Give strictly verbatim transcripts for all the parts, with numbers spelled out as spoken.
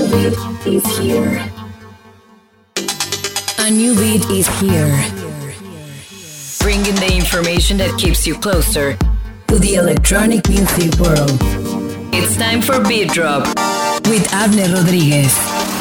beat is here. A new beat is here. Bringing the information that keeps you closer to the electronic music world. It's time for Beat Drop with Abner Rodríguez.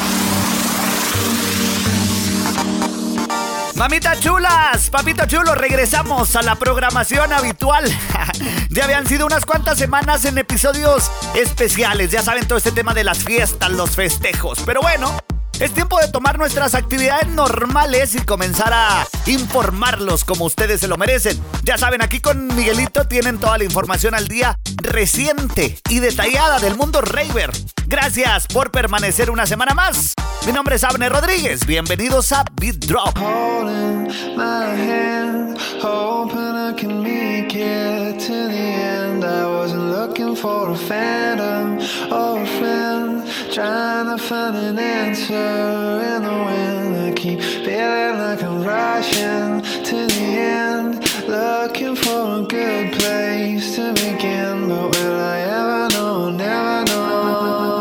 Mamitas chulas, papito chulo, regresamos a la programación habitual. Ya habían sido unas cuantas semanas en episodios especiales. Ya saben, todo este tema de las fiestas, los festejos. Pero bueno, es tiempo de tomar nuestras actividades normales y comenzar a informarlos como ustedes se lo merecen. Ya saben, aquí con Miguelito tienen toda la información al día, reciente y detallada del mundo raver. Gracias por permanecer una semana más. Mi nombre es Abner Rodríguez. Bienvenidos a Beat Drop. Holding my hand, hoping I can make it to the end. I wasn't looking for a phantom or a friend, trying to find an answer in the wind. I keep feeling like I'm rushing to the end, looking for a good place to begin. But will I ever know? Never know.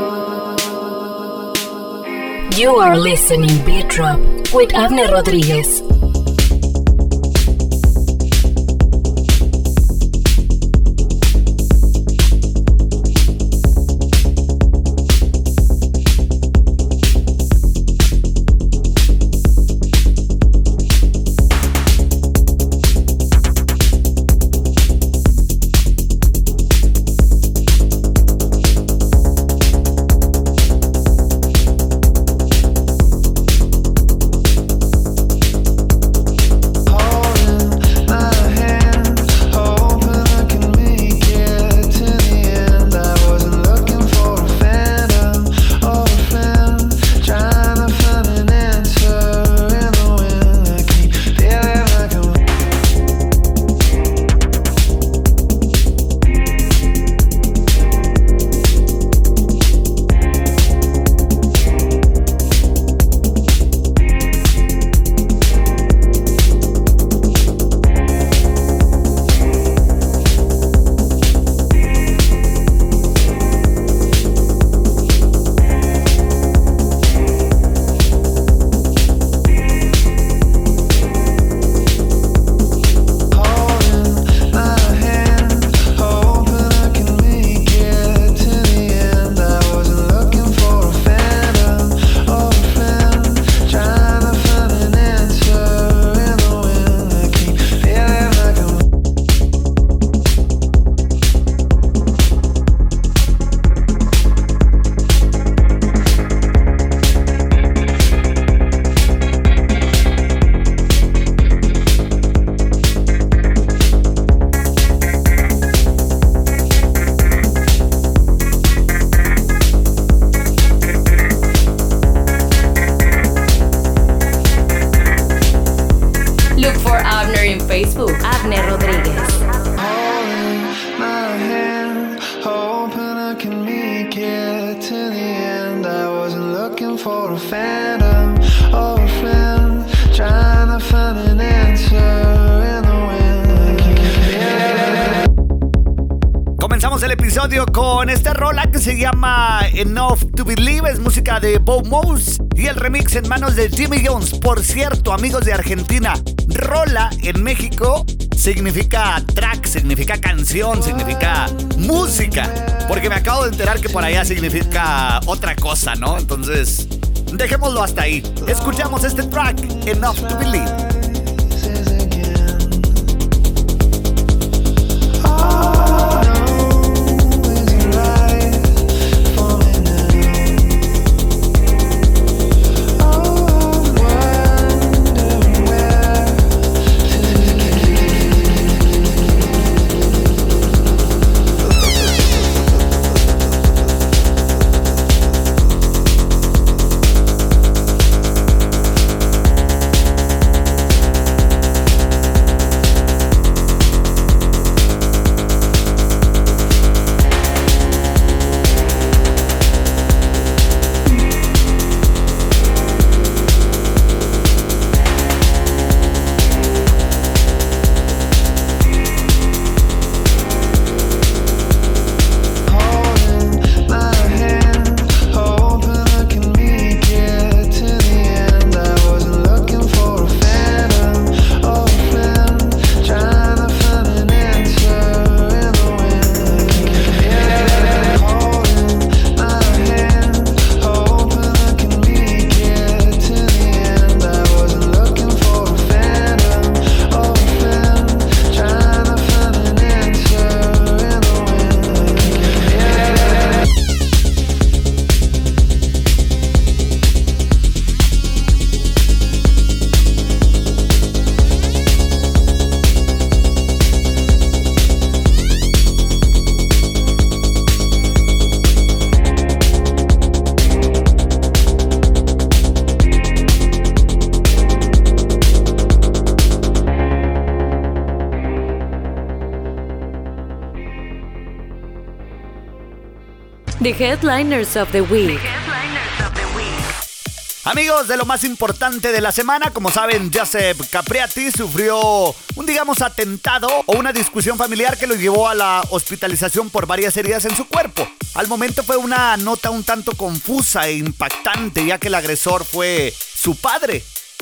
You are listening Beat Drop with Abner Rodríguez. Con esta rola que se llama Enough to Believe, es música de Bo Mose y el remix en manos de Jimmy Jones. Por cierto, amigos de Argentina, rola en México significa track, significa canción, significa música, porque me acabo de enterar que por allá significa otra cosa, ¿no? Entonces, dejémoslo hasta ahí. Escuchamos este track, Enough to Believe. The Headliners of the Week. Amigos, de lo más importante de la semana, como saben, Joseph Capriati sufrió un, digamos, atentado o una discusión familiar que lo llevó a la hospitalización por varias heridas en su cuerpo. Al momento fue una nota un tanto confusa e impactante, ya que el agresor fue su padre.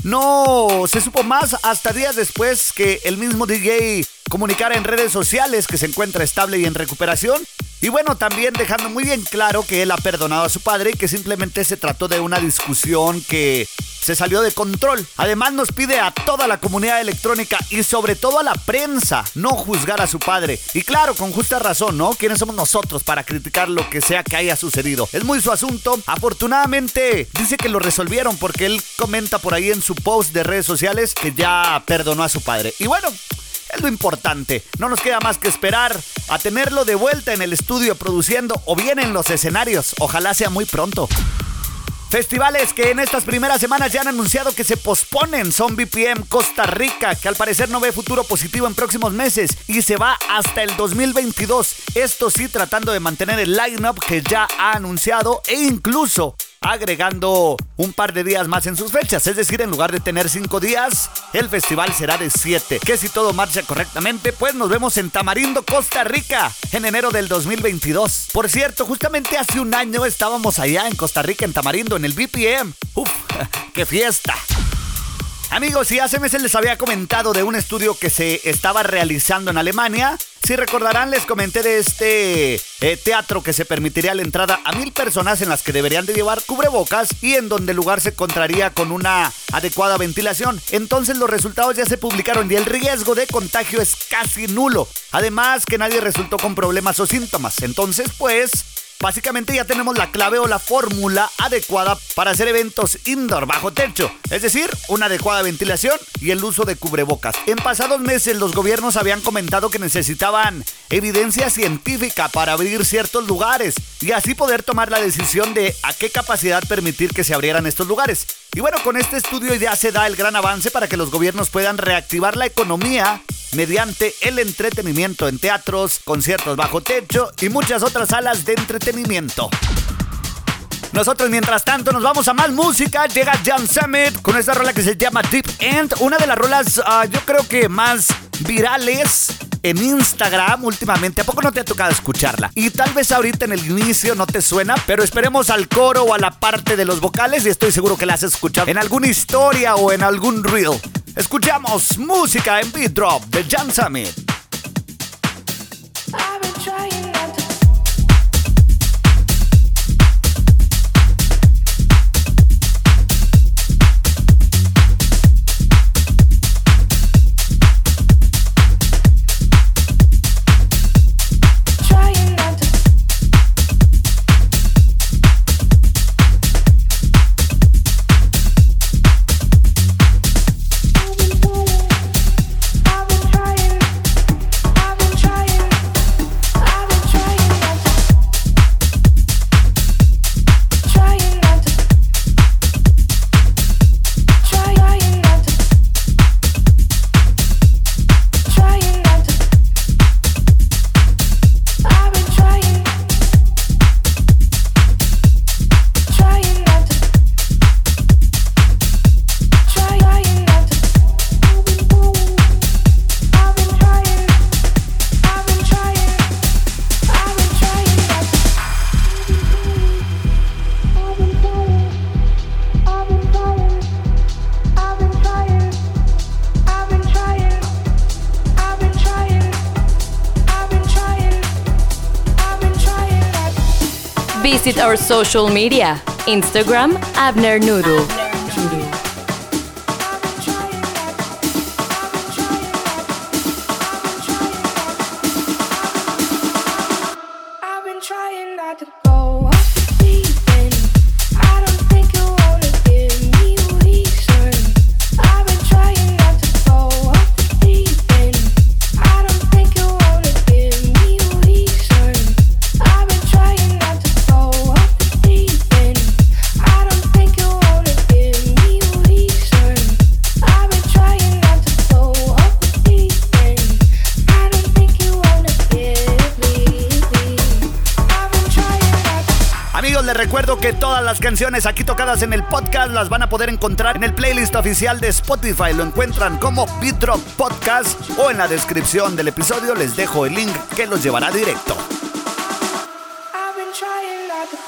No se supo más hasta días después que el mismo D J comunicara en redes sociales que se encuentra estable y en recuperación. Y bueno, también dejando muy bien claro que él ha perdonado a su padre y que simplemente se trató de una discusión que se salió de control. Además nos pide a toda la comunidad electrónica y sobre todo a la prensa no juzgar a su padre. Y claro, con justa razón, ¿no? ¿Quiénes somos nosotros para criticar lo que sea que haya sucedido? Es muy su asunto. Afortunadamente dice que lo resolvieron porque él comenta por ahí en su post de redes sociales que ya perdonó a su padre. Y bueno, es lo importante. No nos queda más que esperar a tenerlo de vuelta en el estudio produciendo o bien en los escenarios. Ojalá sea muy pronto. Festivales que en estas primeras semanas ya han anunciado que se posponen son B P M Costa Rica, que al parecer no ve futuro positivo en próximos meses y se va hasta el dos mil veintidós. Esto sí, tratando de mantener el line-up que ya ha anunciado e incluso agregando un par de días más en sus fechas. Es decir, en lugar de tener cinco días, el festival será de siete. Que si todo marcha correctamente, pues nos vemos en Tamarindo, Costa Rica, en enero del dos mil veintidós. Por cierto, justamente hace un año estábamos allá en Costa Rica, en Tamarindo, en el B P M. ¡Uf! ¡Qué fiesta! Amigos, y hace meses les había comentado de un estudio que se estaba realizando en Alemania. Si recordarán, les comenté de este eh, teatro que se permitiría la entrada a mil personas en las que deberían de llevar cubrebocas y en donde el lugar se encontraría con una adecuada ventilación. Entonces los resultados ya se publicaron y el riesgo de contagio es casi nulo. Además que nadie resultó con problemas o síntomas. Entonces pues básicamente ya tenemos la clave o la fórmula adecuada para hacer eventos indoor bajo techo. Es decir, una adecuada ventilación y el uso de cubrebocas. En pasados meses los gobiernos habían comentado que necesitaban evidencia científica para abrir ciertos lugares y así poder tomar la decisión de a qué capacidad permitir que se abrieran estos lugares. Y bueno, con este estudio ya se da el gran avance para que los gobiernos puedan reactivar la economía mediante el entretenimiento en teatros, conciertos bajo techo y muchas otras salas de entretenimiento. Nosotros, mientras tanto, nos vamos a más música. Llega Jan Summit con esta rola que se llama Deep End. Una de las rolas, uh, yo creo que más virales en Instagram últimamente. ¿A poco no te ha tocado escucharla? Y tal vez ahorita en el inicio no te suena, pero esperemos al coro o a la parte de los vocales y estoy seguro que la has escuchado en alguna historia o en algún reel. Escuchamos música en Beat Drop de Jan Summit. I've been trying not to Visit our social media. Instagram, Abner Noodle. I've been trying not to go off the deep end. I don't think you wanna give me a reason. I've been trying not to go off the deep end. I don't think you wanna give me a reason. I've been trying not to go off the deep end. I don't think you wanna give me a recuerdo que todas las canciones aquí tocadas en el podcast las van a poder encontrar en el playlist oficial de Spotify. Lo encuentran como Beat Drop Podcast o en la descripción del episodio les dejo el link que los llevará directo. I've been trying not to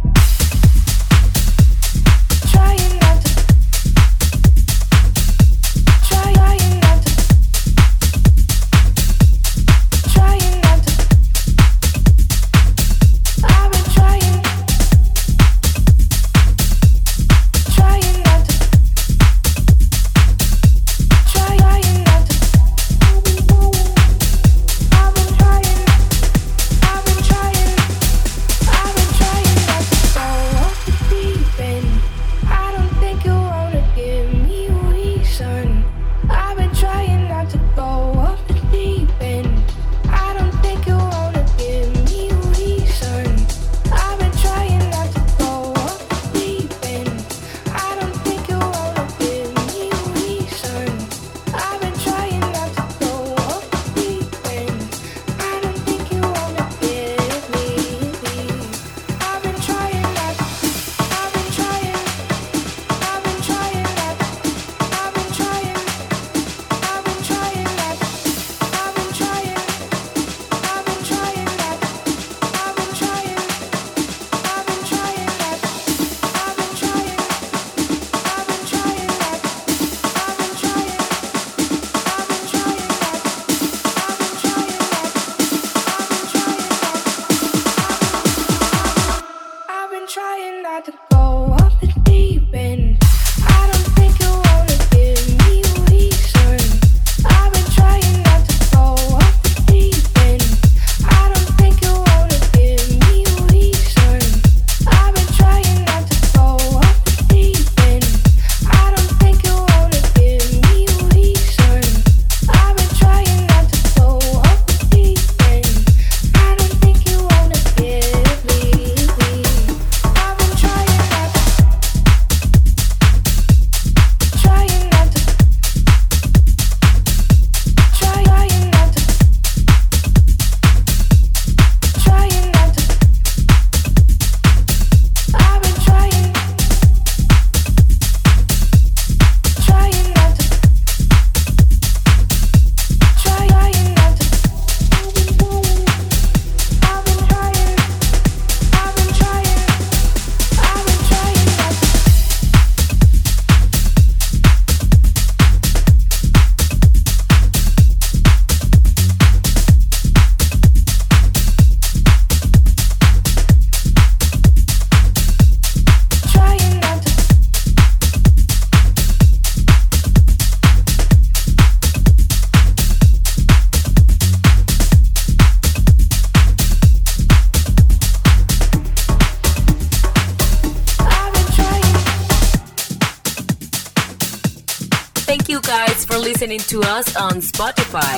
Thank you guys for listening to us on Spotify.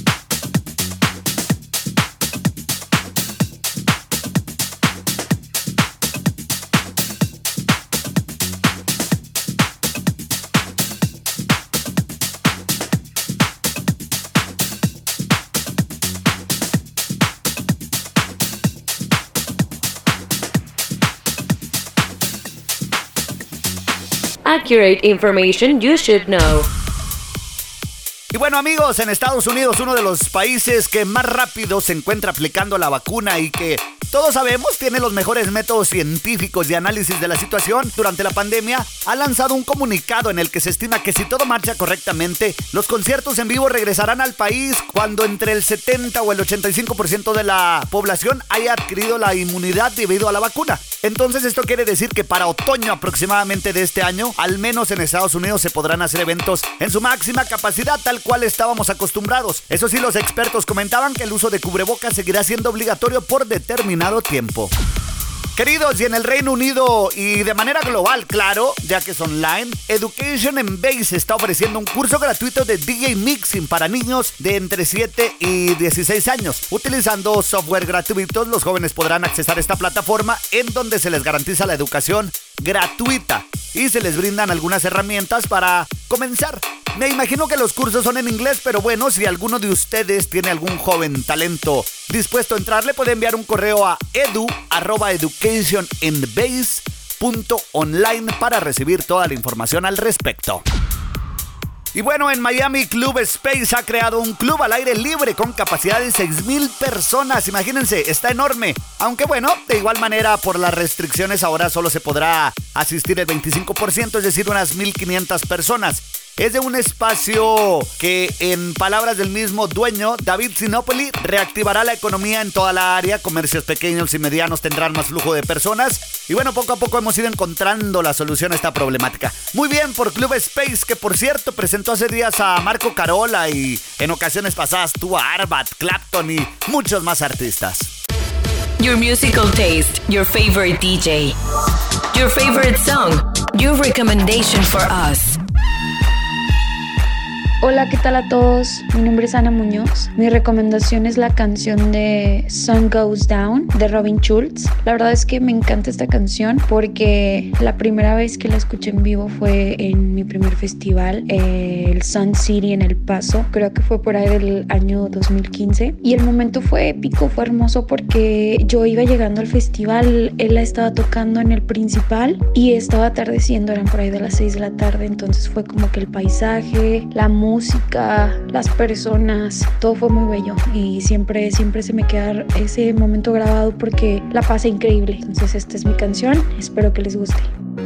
Accurate information you should know. Y bueno, amigos, en Estados Unidos, uno de los países que más rápido se encuentra aplicando la vacuna y que todos sabemos tiene los mejores métodos científicos de análisis de la situación durante la pandemia, ha lanzado un comunicado en el que se estima que si todo marcha correctamente, los conciertos en vivo regresarán al país cuando entre el setenta o el ochenta y cinco por ciento de la población haya adquirido la inmunidad debido a la vacuna. Entonces esto quiere decir que para otoño aproximadamente de este año, al menos en Estados Unidos se podrán hacer eventos en su máxima capacidad tal cual estábamos acostumbrados. Eso sí, los expertos comentaban que el uso de cubrebocas seguirá siendo obligatorio por determinado tiempo. Queridos, y en el Reino Unido y de manera global, claro, ya que es online, Education Embase está ofreciendo un curso gratuito de D J Mixing para niños de entre siete y dieciséis años. Utilizando software gratuitos, los jóvenes podrán accesar esta plataforma en donde se les garantiza la educación gratuita y se les brindan algunas herramientas para comenzar. Me imagino que los cursos son en inglés, pero bueno, si alguno de ustedes tiene algún joven talento dispuesto a entrarle, puede enviar un correo a edu arroba education and base punto online para recibir toda la información al respecto. Y bueno, en Miami, Club Space ha creado un club al aire libre con capacidad de seis mil personas. Imagínense, está enorme. Aunque bueno, de igual manera, por las restricciones ahora solo se podrá asistir el veinticinco por ciento, es decir, unas mil quinientas personas. Es de un espacio que, en palabras del mismo dueño, David Sinopoli, reactivará la economía en toda la área. Comercios pequeños y medianos tendrán más flujo de personas. Y bueno, poco a poco hemos ido encontrando la solución a esta problemática. Muy bien por Club Space, que por cierto presentó hace días a Marco Carola y en ocasiones pasadas tuvo a Arbat, Clapton y muchos más artistas. Your musical taste, your favorite D J, your favorite song, your recommendation for us. Hola, ¿qué tal a todos? Mi nombre es Ana Muñoz. Mi recomendación es la canción de Sun Goes Down de Robin Schulz. La verdad es que me encanta esta canción porque la primera vez que la escuché en vivo fue en mi primer festival, eh, el Sun City en El Paso. Creo que fue por ahí del año dos mil quince. Y el momento fue épico, fue hermoso porque yo iba llegando al festival, él la estaba tocando en el principal y estaba atardeciendo, eran por ahí de las seis de la tarde. Entonces fue como que el paisaje, la música, música, las personas, todo fue muy bello y siempre, siempre se me queda ese momento grabado porque la pasé increíble. Entonces esta es mi canción, espero que les guste.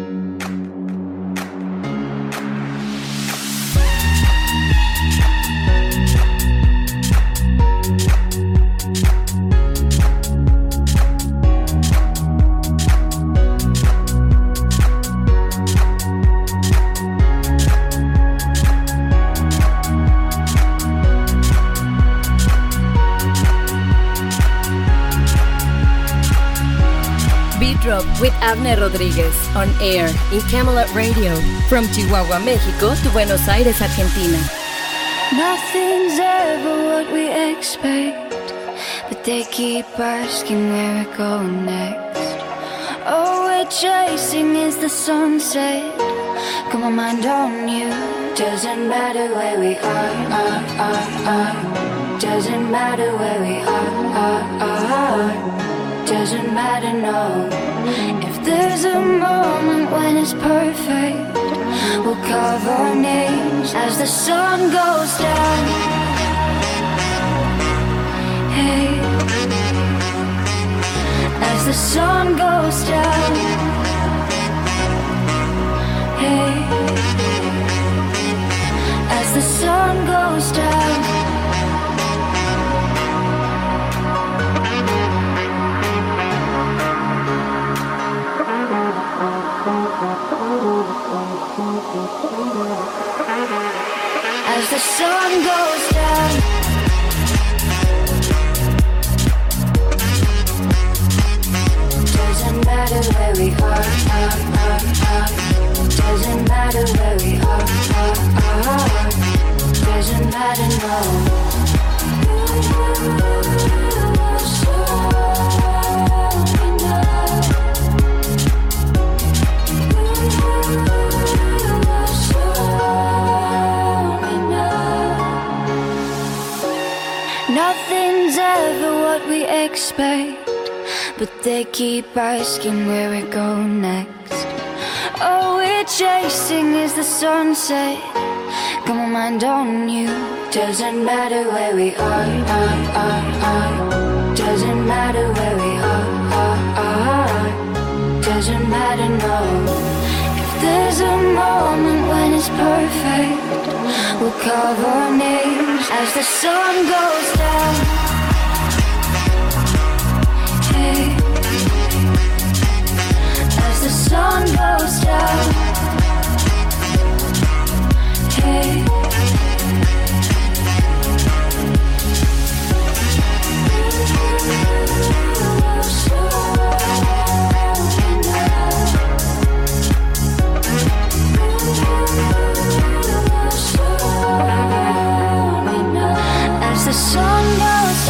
Drop with Abner Rodríguez on air in Camelot Radio from Chihuahua, México to Buenos Aires, Argentina. Nothing's ever what we expect, but they keep asking where we're going next. All we're chasing is the sunset. Got my mind on you. Doesn't matter where we are, are, are, are. Doesn't matter where we are, are, are. Doesn't matter, no. If there's a moment when it's perfect, we'll carve our names as the sun goes down. Hey, as the sun goes down. Hey, as the sun goes down. As the sun goes down. Doesn't matter where we are, are, are, are. Doesn't matter where we are, are, are. Doesn't matter, no. Nothing's ever what we expect, but they keep asking where we go next. All we're chasing is the sunset. Got my mind on you. Doesn't matter where we are, are, are, are. Doesn't matter where we are, are, are. Doesn't matter, no. If there's a moment when it's perfect, we'll carve our names as the sun goes down. Hey, as the sun goes down. Hey, as the sun goes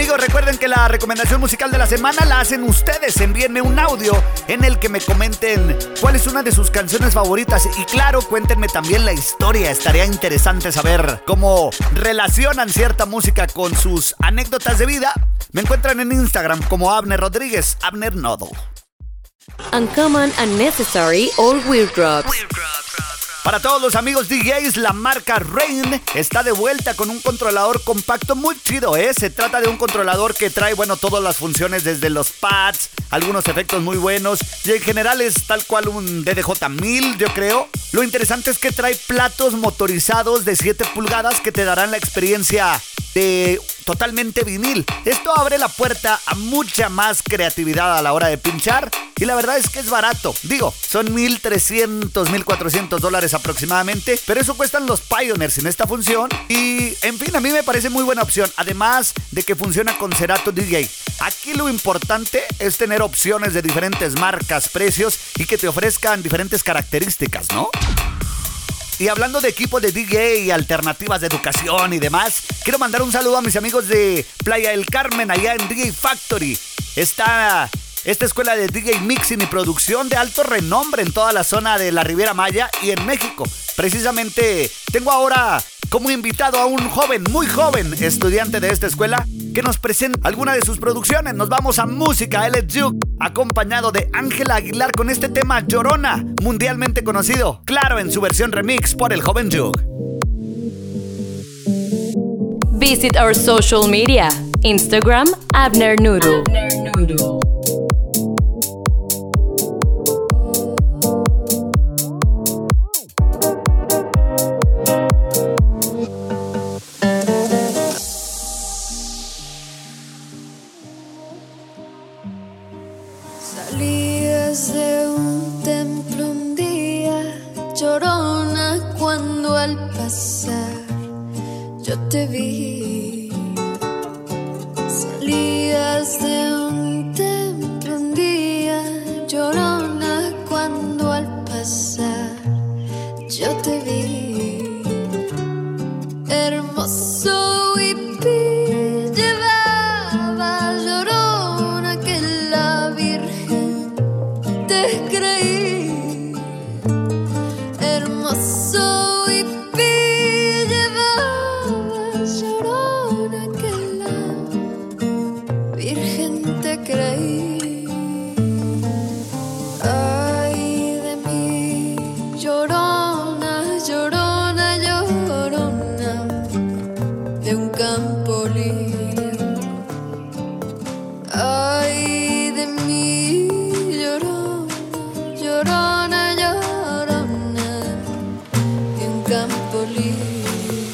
Amigos, recuerden que la recomendación musical de la semana la hacen ustedes. Envíenme un audio en el que me comenten cuál es una de sus canciones favoritas. Y claro, cuéntenme también la historia. Estaría interesante saber cómo relacionan cierta música con sus anécdotas de vida. Me encuentran en Instagram como Abner Rodríguez, Abner Nodo. Uncommon, Unnecessary, All Weird Drops. Para todos los amigos D Js, la marca Rain está de vuelta con un controlador compacto muy chido, ¿eh? Se trata de un controlador que trae, bueno, todas las funciones desde los pads, algunos efectos muy buenos, y en general es tal cual un D D J mil, yo creo. Lo interesante es que trae platos motorizados de siete pulgadas que te darán la experiencia de totalmente vinil. Esto abre la puerta a mucha más creatividad a la hora de pinchar, y la verdad es que es barato. Digo, son mil trescientos, mil cuatrocientos dólares aproximadamente, pero eso cuestan los Pioneers en esta función. Y en fin, a mí me parece muy buena opción, además de que funciona con Serato D J. Aquí lo importante es tener opciones de diferentes marcas, precios y que te ofrezcan diferentes características, ¿no? Y hablando de equipos de D J y alternativas de educación y demás, quiero mandar un saludo a mis amigos de Playa del Carmen, allá en D J Factory. Está esta escuela de D J Mixing y producción de alto renombre en toda la zona de la Riviera Maya y en México. Precisamente tengo ahora como invitado a un joven, muy joven estudiante de esta escuela que nos presenta alguna de sus producciones. Nos vamos a música, él es Juke, acompañado de Ángela Aguilar con este tema Llorona, mundialmente conocido, claro, en su versión remix por el joven Juke. Visit our social media, Instagram, Abner Noodle. Abner Noodle. Salías de un templo un día, llorona, cuando al pasar yo te vi. Salías de un templo un día, llorona, cuando al pasar yo te vi. Hermoso hippie llevaba, llorona, que la Virgen te creí. Hermoso hippie llevaba, llorona, que la Virgen te creí. Ay de mí, llorona, llorona, llorona, de un campo lirio. Ay de mí, llorona, llorona, llorona, de un campo lirio.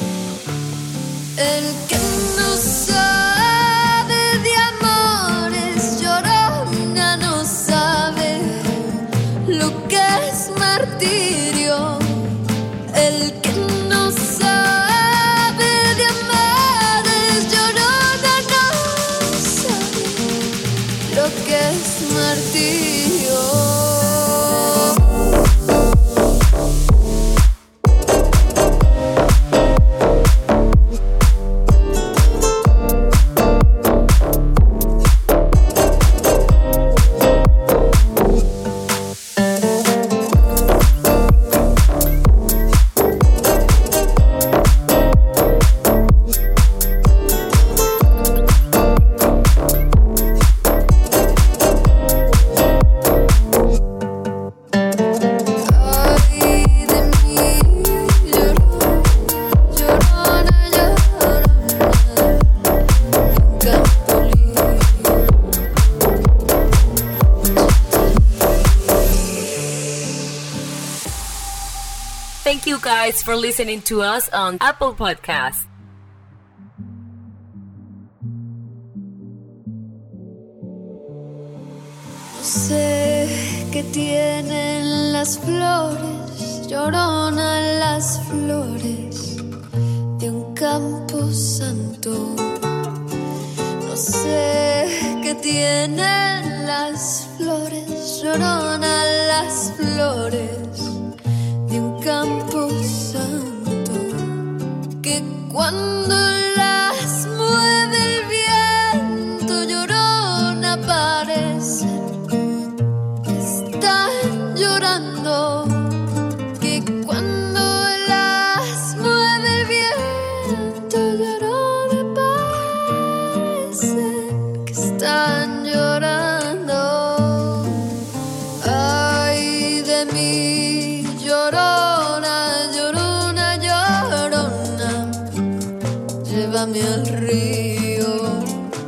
El que no sabe de amores, llorona, no sabe lo que es martirio. El que no sabe de amores, llorona, no sabe lo que es martirio. Thank you guys for listening to us on Apple Podcasts. No sé qué tienen las flores, llorona, las flores de un campo santo. No sé qué tienen las flores, llorona, las flores de un campo santo, que cuando las mueve el viento están llorando. Ay de mí, llorona, llorona, llorona, llévame al río.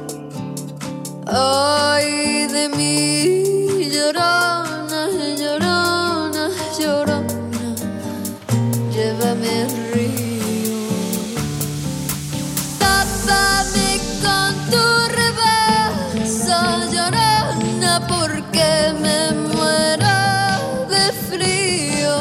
Ay de mí, llorona, llorona, llorona, llévame al río. Tápame con tu reverso, llorona, porque me muero de frío.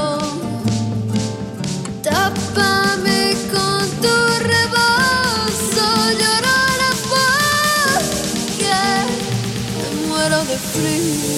Tápame con tu rebozo, llorona, porque me muero de frío.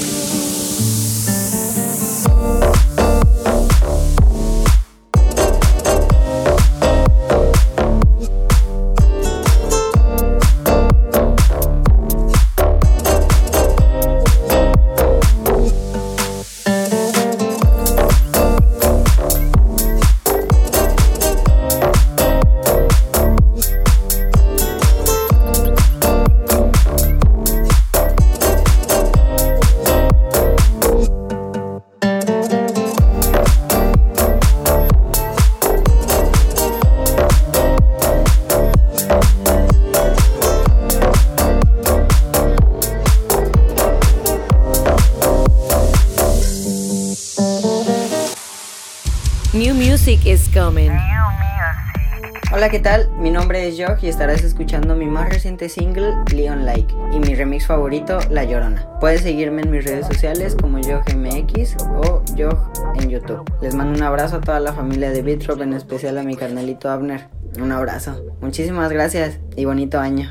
New music is coming. Hola, ¿qué tal? Mi nombre es Joh y estarás escuchando mi más reciente single, Leon Like, y mi remix favorito, La Llorona. Puedes seguirme en mis redes sociales como JohMX o Joh en YouTube. Les mando un abrazo a toda la familia de Beat Drop, en especial a mi carnalito Abner. Un abrazo. Muchísimas gracias y bonito año.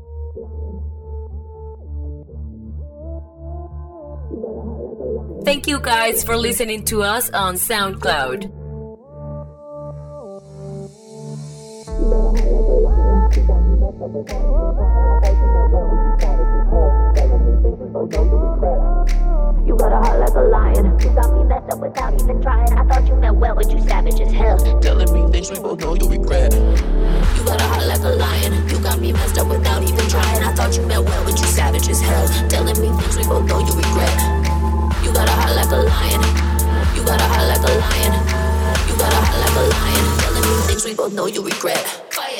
Thank you guys for listening to us on SoundCloud. You gotta heart like a lion. You got me messed up without even trying. I thought you meant well, but you savage as hell. Telling me things we both know you regret. You gotta heart like a lion. You got me messed up without even trying. I thought you meant well, but you savage as hell. Telling me things we both know you regret. You gotta heart like a lion. You gotta heart like a lion. You gotta heart like a lion. Telling me things we both know you regret. Fire.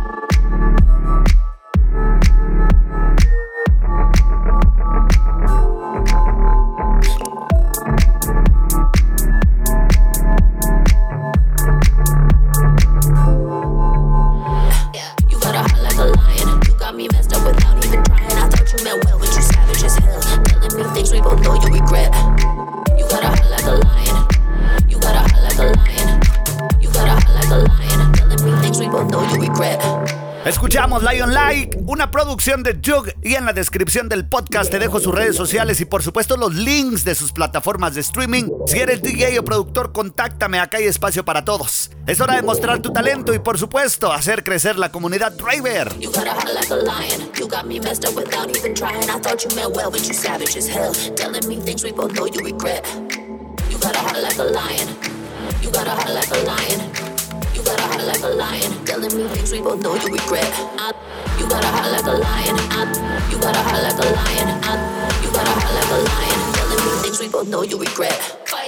Escuchamos Leon Like, una producción de Joh, y en la descripción del podcast te dejo sus redes sociales y por supuesto los links de sus plataformas de streaming. Si eres D J o productor, contáctame, acá hay espacio para todos. Es hora de mostrar tu talento y por supuesto hacer crecer la comunidad Raver. You got a heart like a lion. You got me messed up without even trying. I thought you meant well, but you savage as hell. Telling me things we both know you regret. You got a heart like a lion. You got a heart like a lion. You got a heart like a lion. Telling me things we both know you regret. I, you got a heart like a lion. I, you got a heart like a lion. I, you got a heart like a lion. Telling me things we both know you regret. Fire.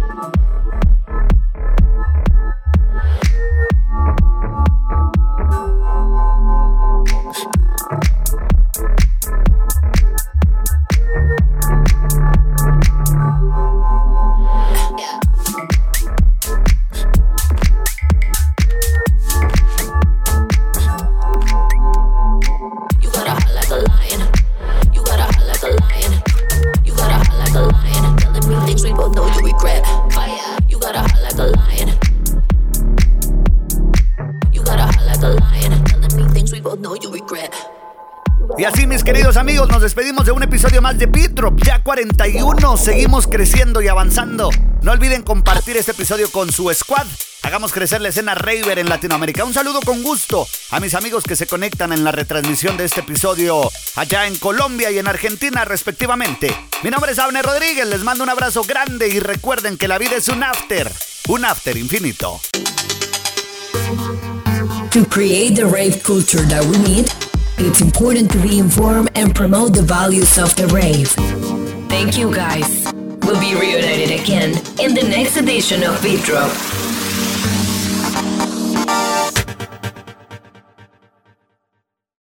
Y así, mis queridos amigos, nos despedimos de un episodio más de Beat Drop, ya cuarenta y uno, seguimos creciendo y avanzando. No olviden compartir este episodio con su squad. Hagamos crecer la escena raver en Latinoamérica. Un saludo con gusto a mis amigos que se conectan en la retransmisión de este episodio allá en Colombia y en Argentina respectivamente. Mi nombre es Abner Rodríguez, les mando un abrazo grande y recuerden que la vida es un after, un after infinito. To create the rave culture that we need, it's important to be informed and promote the values of the rave. Thank you guys. We'll be reunited again in the next edition of Beat Drop.